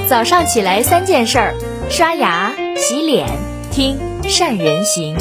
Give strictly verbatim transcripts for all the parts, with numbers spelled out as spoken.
早上起来三件事儿：刷牙、洗脸、听善人行。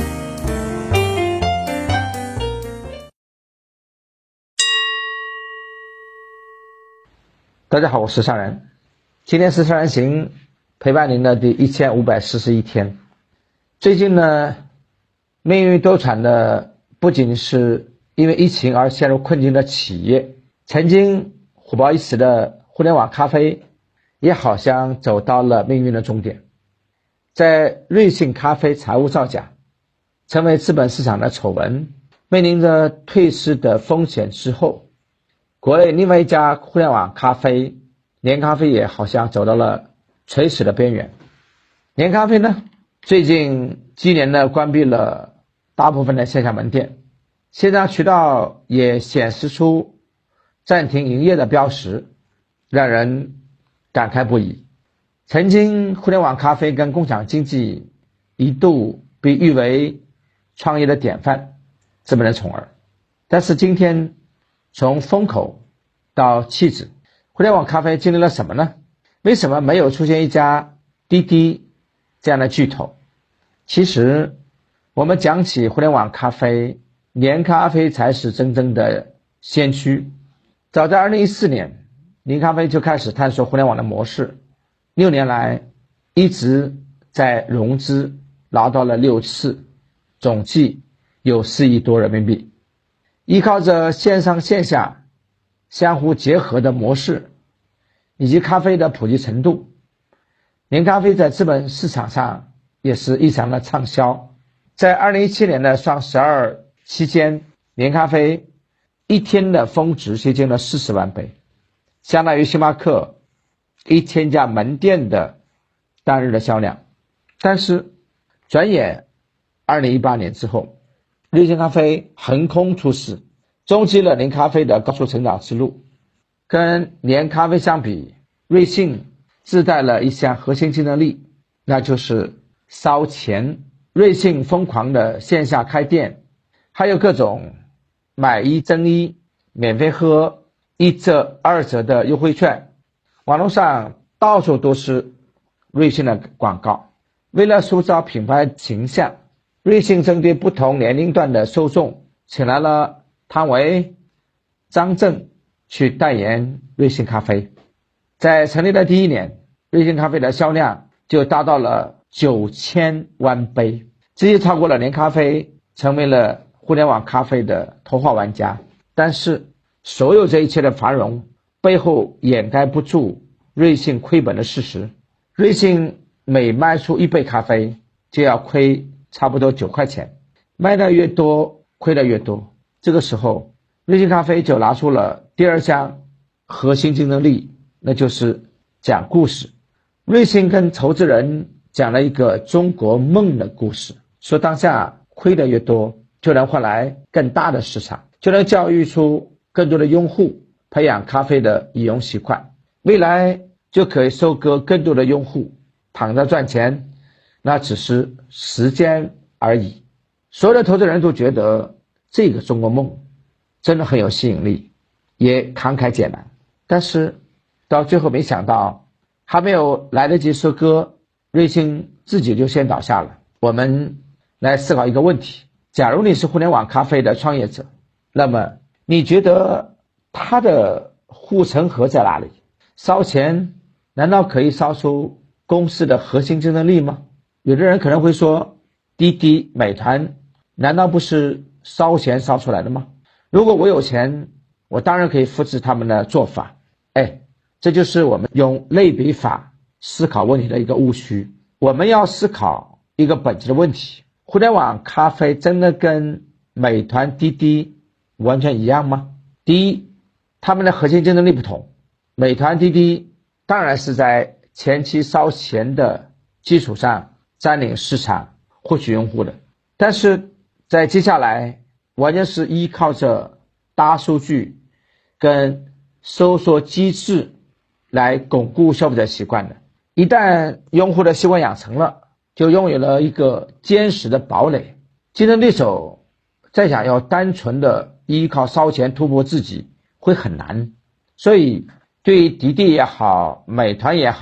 大家好，我是善人。今天是善人行陪伴您的第一千五百四十一天。最近呢，命运多舛的不仅是因为疫情而陷入困境的企业，曾经火爆一时的互联网咖啡也好像走到了命运的终点。在瑞幸咖啡财务造假成为资本市场的丑闻，面临着退市的风险之后，国内另外一家互联网咖啡年咖啡也好像走到了垂死的边缘。年咖啡呢，最近接连的关闭了大部分的线下门店，线上渠道也显示出暂停营业的标识，让人感慨不已。曾经互联网咖啡跟共享经济一度被誉为创业的典范，资本的宠儿，但是今天从风口到弃子，互联网咖啡经历了什么呢？为什么没有出现一家滴滴这样的巨头？其实我们讲起互联网咖啡，年咖啡才是真正的先驱。早在二零一四年，年咖啡就开始探索互联网的模式，六年来一直在融资拿到了六次，总计有四亿多人民币。依靠着线上线下相互结合的模式以及咖啡的普及程度，年咖啡在资本市场上也是异常的畅销。在二零一七年的双十二期间，年咖啡一天的峰值接近了四十万杯，相当于星巴克一千家门店的当日的销量。但是转眼二零一八年之后，瑞幸咖啡横空出世，终结了年咖啡的高速成长之路。跟年咖啡相比，瑞幸自带了一项核心竞争力，那就是烧钱。瑞幸疯狂的线下开店，还有各种买一赠一、免费喝、一折二折的优惠券，网络上到处都是瑞幸的广告。为了塑造品牌形象，瑞幸针对不同年龄段的受众，请来了汤唯、张震去代言瑞幸咖啡。在成立的第一年，瑞幸咖啡的销量就达到了九千万杯，直接超过了年咖啡，成为了互联网咖啡的头号玩家。但是所有这一切的繁荣背后掩盖不住瑞幸亏本的事实。瑞幸每卖出一杯咖啡就要亏差不多九块钱，卖的越多亏的越多。这个时候瑞幸咖啡就拿出了第二项核心竞争力，那就是讲故事。瑞幸跟投资人讲了一个中国梦的故事，说当下亏的越多就能换来更大的市场，就能教育出更多的用户，培养咖啡的饮用习惯，未来就可以收割更多的用户，躺着赚钱那只是时间而已。所有的投资人都觉得这个中国梦真的很有吸引力，也慷慨解囊。但是到最后没想到，还没有来得及收割，瑞幸自己就先倒下了。我们来思考一个问题，假如你是互联网咖啡的创业者，那么你觉得它的护城河在哪里？烧钱难道可以烧出公司的核心竞争力吗？有的人可能会说，滴滴、美团难道不是烧钱烧出来的吗？如果我有钱，我当然可以复制他们的做法。哎，这就是我们用类比法思考问题的一个误区。我们要思考一个本质的问题，互联网咖啡真的跟美团、滴滴完全一样吗？第一，他们的核心竞争力不同。美团、滴滴当然是在前期烧钱的基础上占领市场，获取用户的，但是在接下来完全是依靠着大数据跟搜索机制来巩固消费者习惯的。一旦用户的习惯养成了，就拥有了一个坚实的堡垒，竞争对手再想要单纯的依靠烧钱突破自己会很难。所以对于滴滴也好，美团也好，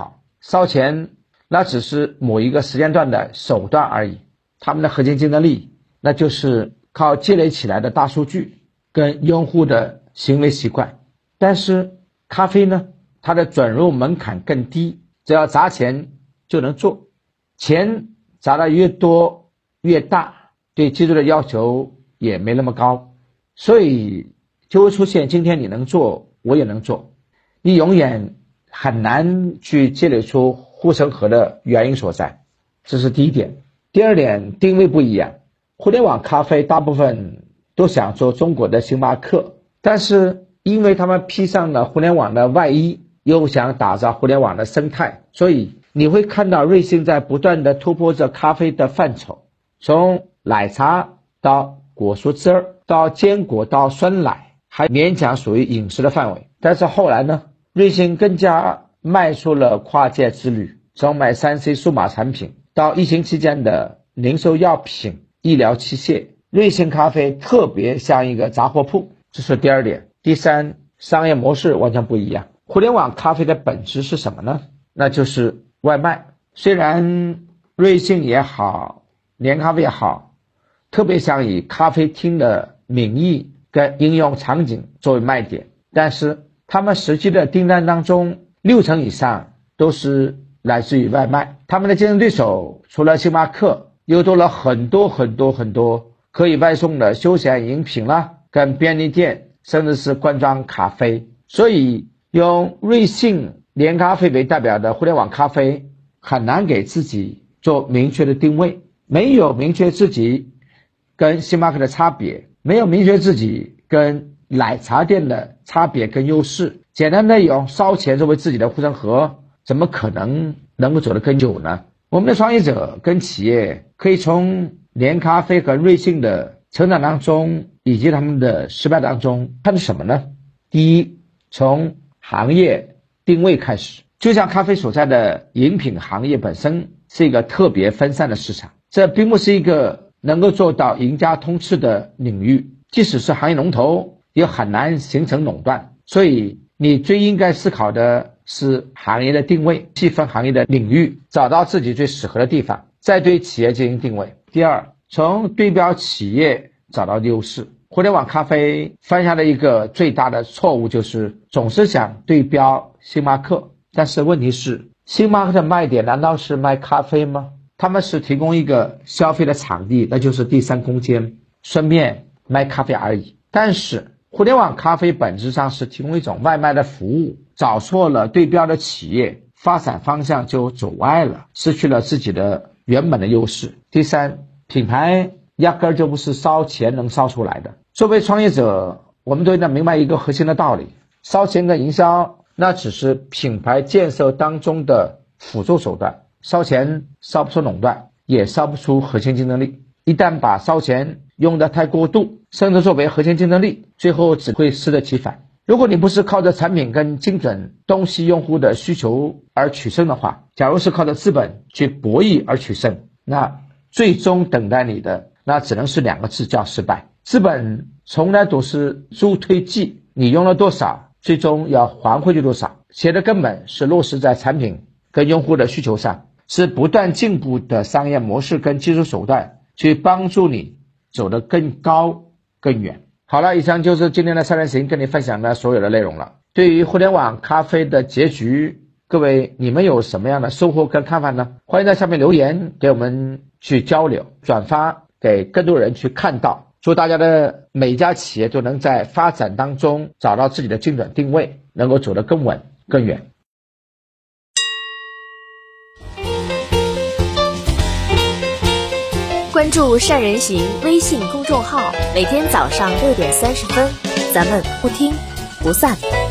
烧钱那只是某一个时间段的手段而已，他们的核心竞争力那就是靠积累起来的大数据跟用户的行为习惯。但是咖啡呢，它的准入门槛更低，只要砸钱就能做，钱砸得越多越大，对技术的要求也没那么高，所以就会出现今天你能做我也能做，你永远很难去积累出护城河的原因所在。这是第一点。第二点，定位不一样。互联网咖啡大部分都想做中国的星巴克，但是因为他们披上了互联网的外衣，又想打造互联网的生态，所以你会看到瑞幸在不断的突破着咖啡的范畴，从奶茶到果蔬汁儿到坚果到酸奶，还勉强属于饮食的范围。但是后来呢，瑞幸更加迈出了跨界之旅，从买 三 C 数码产品到疫情期间的零售药品、医疗器械，瑞幸咖啡特别像一个杂货铺。这是第二点。第三，商业模式完全不一样。互联网咖啡的本质是什么呢？那就是外卖。虽然瑞幸也好，连咖啡也好，特别想以咖啡厅的名义跟应用场景作为卖点，但是他们实际的订单当中六成以上都是来自于外卖。他们的竞争对手除了星巴克，又多了很多很多很多可以外送的休闲饮品啦，跟便利店，甚至是罐装咖啡。所以用瑞幸、连咖啡为代表的互联网咖啡很难给自己做明确的定位，没有明确自己跟星巴克的差别，没有明确自己跟奶茶店的差别跟优势，简单的用烧钱作为自己的护城河，怎么可能能够走得更久呢？我们的创业者跟企业可以从连咖啡和瑞幸的成长当中以及他们的失败当中看出什么呢？第一，从行业定位开始。就像咖啡所在的饮品行业本身是一个特别分散的市场，这并不是一个能够做到赢家通吃的领域，即使是行业龙头也很难形成垄断。所以你最应该思考的是行业的定位，细分行业的领域，找到自己最适合的地方，再对企业进行定位。第二，从对标企业找到优势。互联网咖啡犯下的一个最大的错误就是总是想对标星巴克，但是问题是，星巴克的卖点难道是卖咖啡吗？他们是提供一个消费的场地，那就是第三空间，顺便卖咖啡而已。但是互联网咖啡本质上是提供一种外卖的服务，找错了对标的企业，发展方向就走歪了，失去了自己的原本的优势。第三，品牌压根儿就不是烧钱能烧出来的。作为创业者，我们都应该明白一个核心的道理，烧钱跟营销那只是品牌建设当中的辅助手段，烧钱烧不出垄断，也烧不出核心竞争力。一旦把烧钱用得太过度，甚至作为核心竞争力，最后只会适得其反。如果你不是靠着产品跟精准洞悉用户的需求而取胜的话，假如是靠着资本去博弈而取胜，那最终等待你的那只能是两个字，叫失败。资本从来都是助推剂，你用了多少，最终要还回去多少。企业的根本是落实在产品跟用户的需求上，是不断进步的商业模式跟技术手段去帮助你走得更高更远。好了，以上就是今天的三人行跟你分享的所有的内容了。对于互联网咖啡的结局，各位你们有什么样的收获跟看法呢？欢迎在下面留言给我们去交流，转发给更多人去看到。祝大家的每一家企业都能在发展当中找到自己的精准定位，能够走得更稳更远。 关注善人行微信公众号，每天早上六点三十分，咱们不听不散。